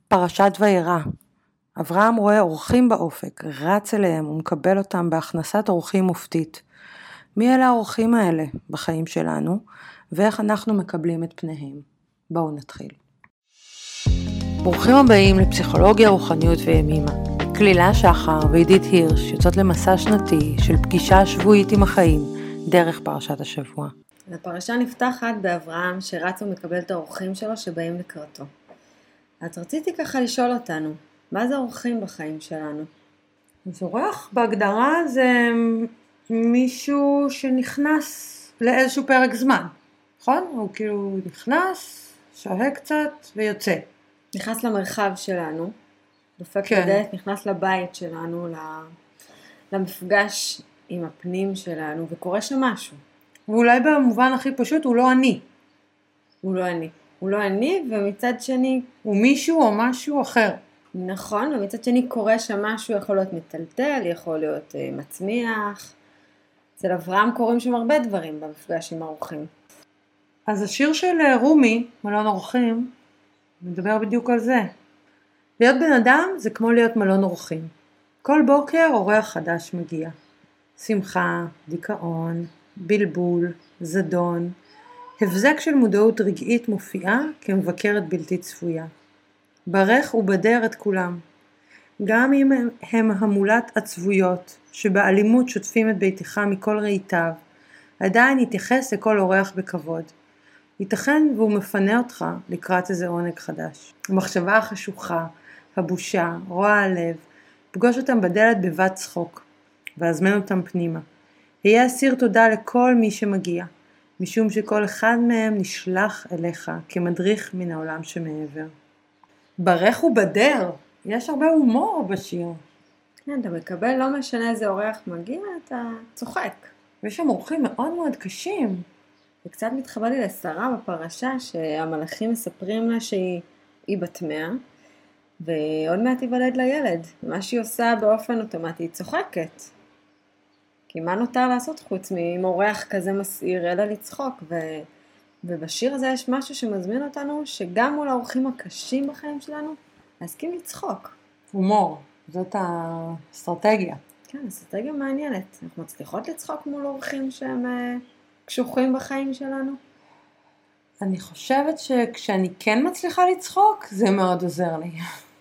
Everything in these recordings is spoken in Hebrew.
פרשת וירא. אברהם רואה אורחים באופק, רץ אליהם ומקבל אותם בהכנסת אורחים מופתית. מי אלה האורחים האלה בחיים שלנו, ואיך אנחנו מקבלים את פניהם? בואו נתחיל. ברוכים הבאים לפסיכולוגיה, רוחניות וימימה. כלילה שחר ועידית הירש יוצאות למסע שנתי של פגישה שבועית עם החיים דרך פרשת השבוע. הפרשה נפתחת באברהם שרץ ומקבל את האורחים שלו שבאים לקראתו. אז רציתי ככה לשאול אותנו, מה זה אורחים בחיים שלנו? אז אורח בהגדרה זה מישהו שנכנס לאיזשהו פרק זמן, נכון? הוא כאילו נכנס, שוהה קצת ויוצא. נכנס למרחב שלנו, דופק כן. בדלת, נכנס לבית שלנו, למפגש עם הפנים שלנו, וקורה שם משהו. ואולי במובן הכי פשוט הוא לא אני. הוא לא אני. הוא לא אני, ומצד שני... הוא מישהו או משהו אחר. נכון, ומצד שני קורה שם משהו, יכול להיות מטלטל, יכול להיות מצמיח. אצל אברהם קורים שם הרבה דברים במפגש עם האורחים. אז השיר של רומי, מלון אורחים, מדבר בדיוק על זה. להיות בן אדם זה כמו להיות מלון אורחים. כל בוקר אורח חדש מגיע. שמחה, דיכאון, בלבול, זדון. הבזק של מודעות רגעית מופיעה כמבקרת בלתי צפויה. ברך ובדר את כולם. גם אם הם המולת עצבויות שבאלימות שוטפים את ביתך מכל ראיתיו, עדיין יתייחס לכל אורח בכבוד. ייתכן והוא מפנה אותך לקראת איזה עונג חדש. המחשבה החשוכה, הבושה, רוע הלב, פגוש אותם בדלת בבת צחוק, והזמן אותם פנימה. היה אסיר תודה לכל מי שמגיע, משום שכל אחד מהם נשלח אליך כמדריך מן העולם שמעבר. ברך ובדר, יש הרבה הומור בשיר. כן, אתה מקבל, לא משנה איזה אורח מגיע, אתה צוחק. ויש שם אורחים מאוד מאוד קשים. וקצת מתחבר לי לשרה בפרשה שהמלאכים מספרים לה שהיא בת 100, ועוד מעט ייוולד לילד. מה שהיא עושה באופן אוטומטי, היא צוחקת. כי מה נותר לעשות חוץ מאורח כזה מסעיר, אלא לצחוק. ובשיר הזה יש משהו שמזמין אותנו, שגם מול האורחים הקשים בחיים שלנו, להסכים לצחוק. הומור, זאת האסטרטגיה. כן, אסטרטגיה מעניינת. אנחנו מצליחות לצחוק מול אורחים שהם קשוחים בחיים שלנו? אני חושבת שכשאני כן מצליחה לצחוק, זה מאוד עוזר לי.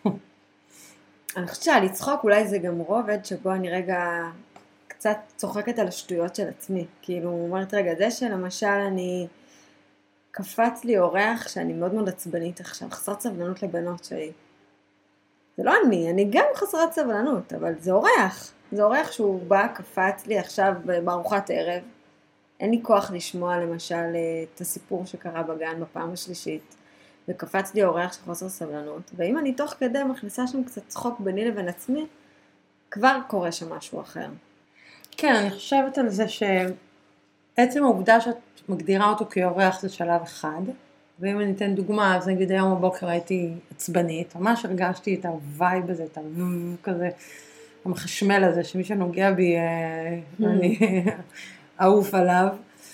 אני חושבת שלצחוק אולי זה גם רובד שבו אני רגע קצת צוחקת על השטויות של עצמי. כאילו, אומרת רגע, זה שלמשל אני קפץ לי אורח שאני מאוד מאוד עצבנית עכשיו, חסרת סבלנות לבנות שלי. זה לא אני גם חסרת סבלנות, אבל זה אורח. זה אורח שהוא בא, קפץ לי עכשיו בארוחת ערב. אין לי כוח לשמוע למשל את הסיפור שקרה בגן בפעם השלישית, וקפץ לי אורח של חוסר סבלנות, ואם אני תוך כדי מכניסה שם קצת צחוק ביני לבין עצמי, כבר קורה שם משהו אחר. כן, אני חושבת על זה שעצם העובדה שאת מגדירה אותו כאורח זה שלב אחד, ואם אני אתן דוגמה, אז נגיד היום בבוקר הייתי עצבנית, ממש הרגשתי את הווייב הזה, את כזה, המחשמל הזה, שמי שנוגע בי, אני אהוף עליו.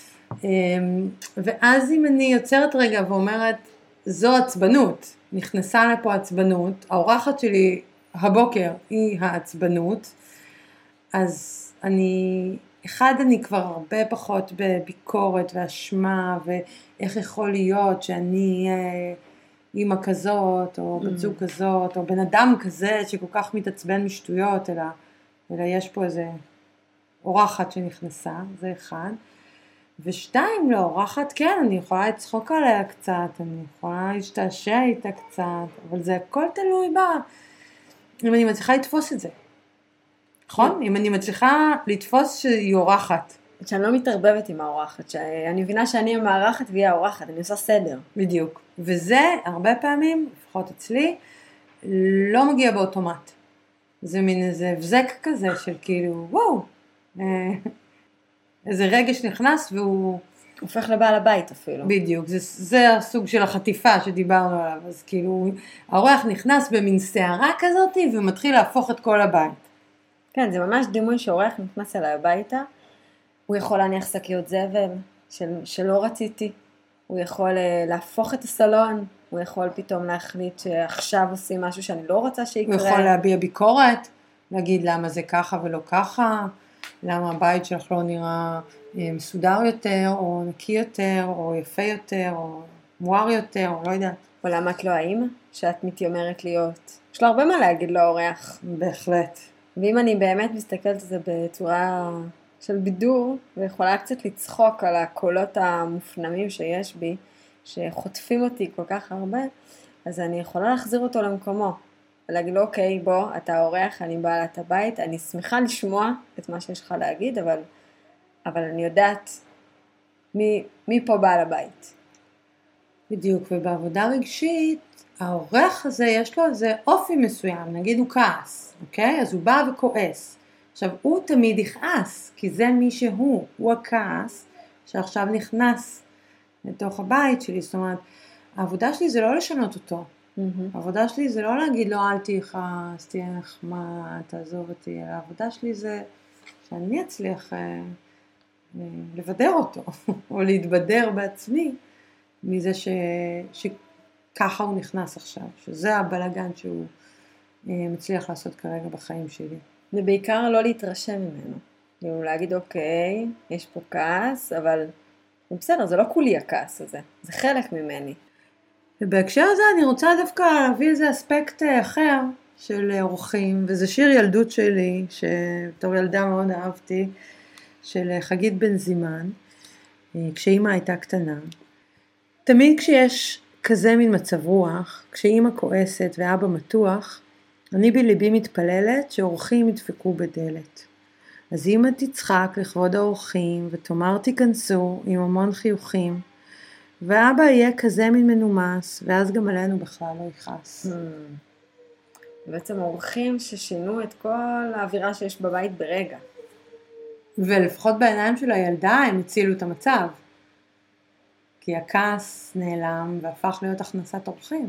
ואז אם אני יוצרת רגע ואומרת, זו עצבנות, נכנסה לפה עצבנות, האורחת שלי הבוקר היא העצבנות, אז אני כבר הרבה פחות בביקורת ואשמה, ואיך יכול להיות שאני אימא כזאת, או בת זוג כזאת, או בן אדם כזה שכל כך מתעצבן משטויות, אלא יש פה איזה אורחת שנכנסה, זה אחד. ושתיים, לא, אורחת כן, אני יכולה לצחוק עליה קצת, אני יכולה להשתעשע איתה קצת, אבל זה הכל תלוי בה, אם אני מצליחה לתפוס את זה. נכון? אם אני מצליחה לתפוס שהיא אורחת. שאני לא מתערבבת עם האורחת, שאני מבינה שאני המארחת והיא האורחת, אני עושה סדר. בדיוק. וזה הרבה פעמים, לפחות אצלי, לא מגיע באוטומט. זה מין איזה הבזק כזה של כאילו, וואו, איזה רגש נכנס והוא הופך לבעל הבית אפילו. בדיוק, זה הסוג של החטיפה שדיברנו עליו, אז כאילו האורח נכנס במין שערה כזאת ומתחיל להפוך את כל הבית. כן, זה ממש דימוי שאורח נכנס אליי הביתה, הוא יכול להניח שקיות זבל שלא רציתי, הוא יכול להפוך את הסלון, הוא יכול פתאום להחליט שעכשיו עושים משהו שאני לא רוצה שיקרה. הוא יכול להביע ביקורת, להגיד למה זה ככה ולא ככה, למה הבית שלך לא נראה מסודר יותר, או נקי יותר, או יפה יותר, או מואר יותר, או לא יודעת. או למה את לא האמא שאת מתיימרת להיות. יש לו הרבה מה להגיד לאורח. בהחלט. ואם אני באמת מסתכלת על זה בצורה של בידור, ויכולה קצת לצחוק על הקולות המופנמים שיש בי, שחוטפים אותי כל כך הרבה, אז אני יכולה להחזיר אותו למקומו. ולהגיד לו, אוקיי, בוא, אתה אורח, אני בעלת הבית, אני שמחה לשמוע את מה שיש לך להגיד, אבל אני יודעת מי פה בעל הבית. בדיוק, ובעבודה רגשית, האורח הזה יש לו איזה אופי מסוים, נגיד הוא כעס, אוקיי? אז הוא בא וכועס. עכשיו, הוא תמיד יכעס, כי זה מי הוא הכעס שעכשיו נכנס לתוך הבית שלי, זאת אומרת, העבודה שלי זה לא לשנות אותו. העבודה שלי זה לא להגיד לו אל תכעס, תהיה נחמד, תעזוב אותי, העבודה שלי זה שאני אצליח לבדר אותו, או להתבדר בעצמי מזה שככה הוא נכנס עכשיו, שזה הבלגן שהוא מצליח לעשות כרגע בחיים שלי. ובעיקר לא להתרשם ממנו, כאילו להגיד אוקיי, יש פה כעס, אבל בסדר, זה לא כולי הכעס הזה, זה חלק ממני. ובהקשר הזה אני רוצה דווקא להביא איזה אספקט אחר של אורחים, וזה שיר ילדות שלי, שבתור ילדה מאוד אהבתי, של חגית בן זימן, כשאימא הייתה קטנה. תמיד כשיש כזה מין מצב רוח, כשאימא כועסת ואבא מתוח, אני בליבי מתפללת שאורחים ידפקו בדלת. אז אימא תצחק לכבוד האורחים, ותאמר תיכנסו עם המון חיוכים, ואבא יהיה כזה מין מנומס, ואז גם עלינו בכלל לא יכעס. בעצם אורחים ששינו את כל האווירה שיש בבית ברגע. ולפחות בעיניים של הילדה הם הצילו את המצב. כי הכעס נעלם והפך להיות הכנסת אורחים.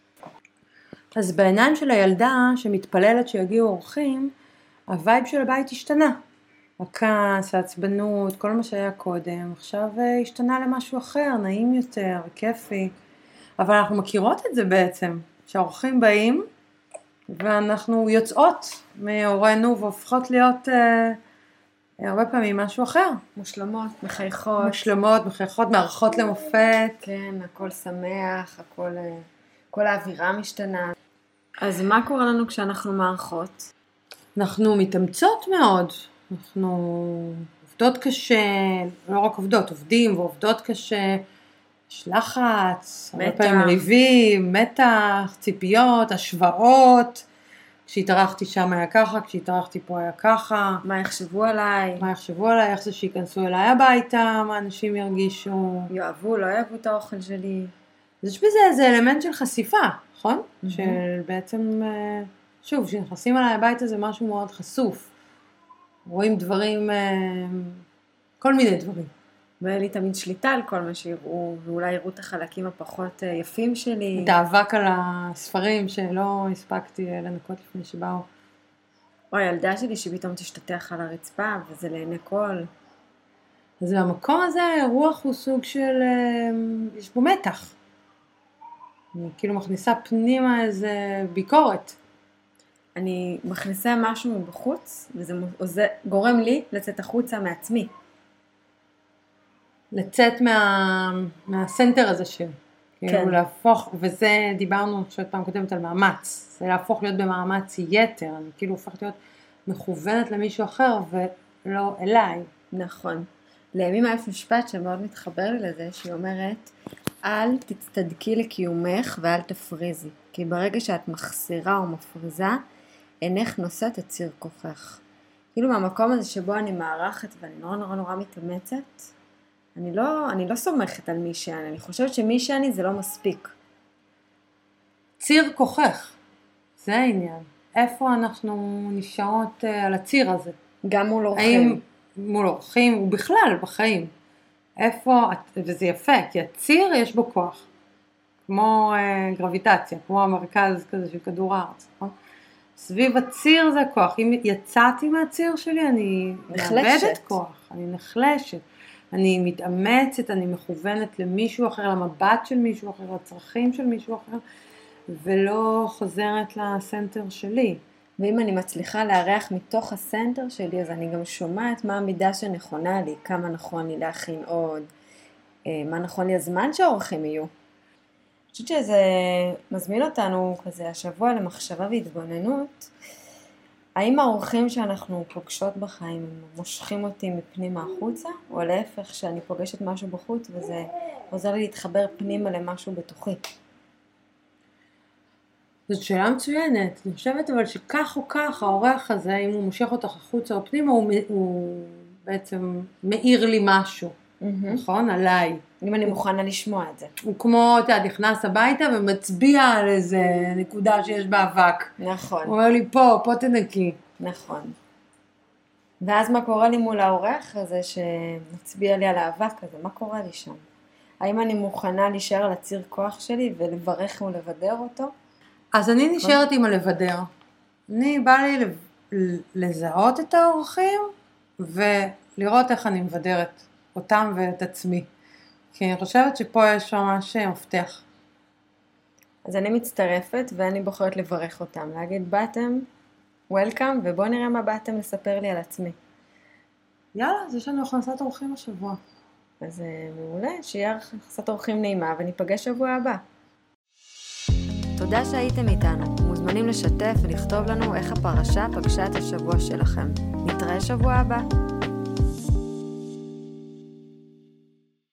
אז בעיניים של הילדה שמתפללת שיגיעו אורחים, הווייב של הבית השתנה. הכעס, העצבנות, כל מה שהיה קודם, עכשיו השתנה למשהו אחר, נעים יותר וכיפי. אבל אנחנו מכירות את זה בעצם, שהאורחים באים ואנחנו יוצאות מהורינו והופכות להיות הרבה פעמים משהו אחר. מושלמות, מחייכות. מושלמות, מחייכות, מערכות למופת. כן, הכל שמח, כל האווירה משתנה. אז מה קורה לנו כשאנחנו מערכות? אנחנו מתאמצות מאוד. אנחנו עובדות קשה, לא רק עובדות, עובדים ועובדות קשה. יש לחץ, הרבה פעמים ריבים, מתח, ציפיות, השוואות. כשהתארחתי שם היה ככה, כשהתארחתי פה היה ככה. מה יחשבו עליי? איך זה שיכנסו אליי הביתה, מה אנשים ירגישו. יאהבו, לא יאהבו את האוכל שלי. אז יש בזה איזה אלמנט של חשיפה, נכון? של בעצם, שוב, כשנכנסים אליי הביתה זה משהו מאוד חשוף. רואים דברים, כל מיני דברים. ואין לי תמיד שליטה על כל מה שיראו, ואולי יראו את החלקים הפחות יפים שלי. את האבק על הספרים שלא הספקתי לנקות לפני שבאו. או הילדה שלי שפתאום תשתתח על הרצפה, וזה לעיני כל. אז במקום הזה הרוח הוא סוג של, יש בו מתח. אני כאילו מכניסה פנימה איזה ביקורת. אני מכניסה משהו מבחוץ, וזה גורם לי לצאת החוצה מעצמי. לצאת מהסנטר הזה של, כאילו להפוך, וזה דיברנו שעוד פעם כותבת על מאמץ, זה להפוך להיות במאמץ יתר, אני כאילו הופכת להיות מכוונת למישהו אחר ולא אליי. נכון. לימים יש משפט שמאוד מתחבר לי לזה, שהיא אומרת, אל תצטדקי לקיומך ואל תפריזי, כי ברגע שאת מחסירה או מפריזה, אינך נושאת את ציר כוחך. כאילו מהמקום הזה שבו אני מערכת ואני נורא מתאמצת, אני לא סומכת על מי שאני, אני חושבת שמי שאני זה לא מספיק. ציר כוחך, זה העניין. איפה אנחנו נשארות על הציר הזה? גם מול אורחים. מול אורחים ובכלל בחיים. איפה, וזה יפה, כי הציר יש בו כוח. כמו גרביטציה, כמו המרכז כזה של כדור הארץ. סביב הציר זה כוח. אם יצאתי מהציר שלי, אני מאבדת כוח, אני נחלשת. אני מתאמצת, אני מכוונת למישהו אחר, למבט של מישהו אחר, לצרכים של מישהו אחר, ולא חוזרת לסנטר שלי. ואם אני מצליחה לארח מתוך הסנטר שלי, אז אני גם שומעת מה המידה שנכונה לי, כמה נכון לי להכין עוד, מה נכון לי הזמן שהאורחים יהיו. אני חושבת שזה מזמין אותנו כזה השבוע למחשבה והתבוננות, האם האורחים שאנחנו פוגשות בחיים מושכים אותי מפנימה החוצה, או להפך שאני פוגשת משהו בחוץ וזה עוזר לי להתחבר פנימה למשהו בתוכי? זאת שאלה מצוינת. אני חושבת אבל שכך או כך האורח הזה, אם הוא מושך אותך החוצה או פנימה, הוא בעצם מאיר לי משהו, נכון? עליי. אם אני מוכנה לשמוע את זה. הוא כמו, אתה יודע, נכנס הביתה ומצביע על איזה נקודה שיש בה אבק. נכון. הוא אומר לי, פה תנקי. נכון. ואז מה קורה לי מול האורח הזה שמצביע לי על האבק הזה? מה קורה לי שם? האם אני מוכנה להישאר על הציר כוח שלי ולברך ולבדר אותו? אז אני נשארת עם הלבדר. אני בא לי לזהות את האורחים ולראות איך אני מבדרת אותם ואת עצמי. כי אני חושבת שפה יש ממש מפתח. אז אני מצטרפת ואני בוחרת לברך אותם. להגיד, באתם, וולקאם, ובואו נראה מה באתם לספר לי על עצמי. יאללה, אז יש לנו הכנסת אורחים השבוע. אז מעולה, שיהיה הכנסת אורחים נעימה וניפגש שבוע הבא. תודה שהייתם איתנו. מוזמנים לשתף ולכתוב לנו איך הפרשה פגשה את השבוע שלכם. נתראה שבוע הבא.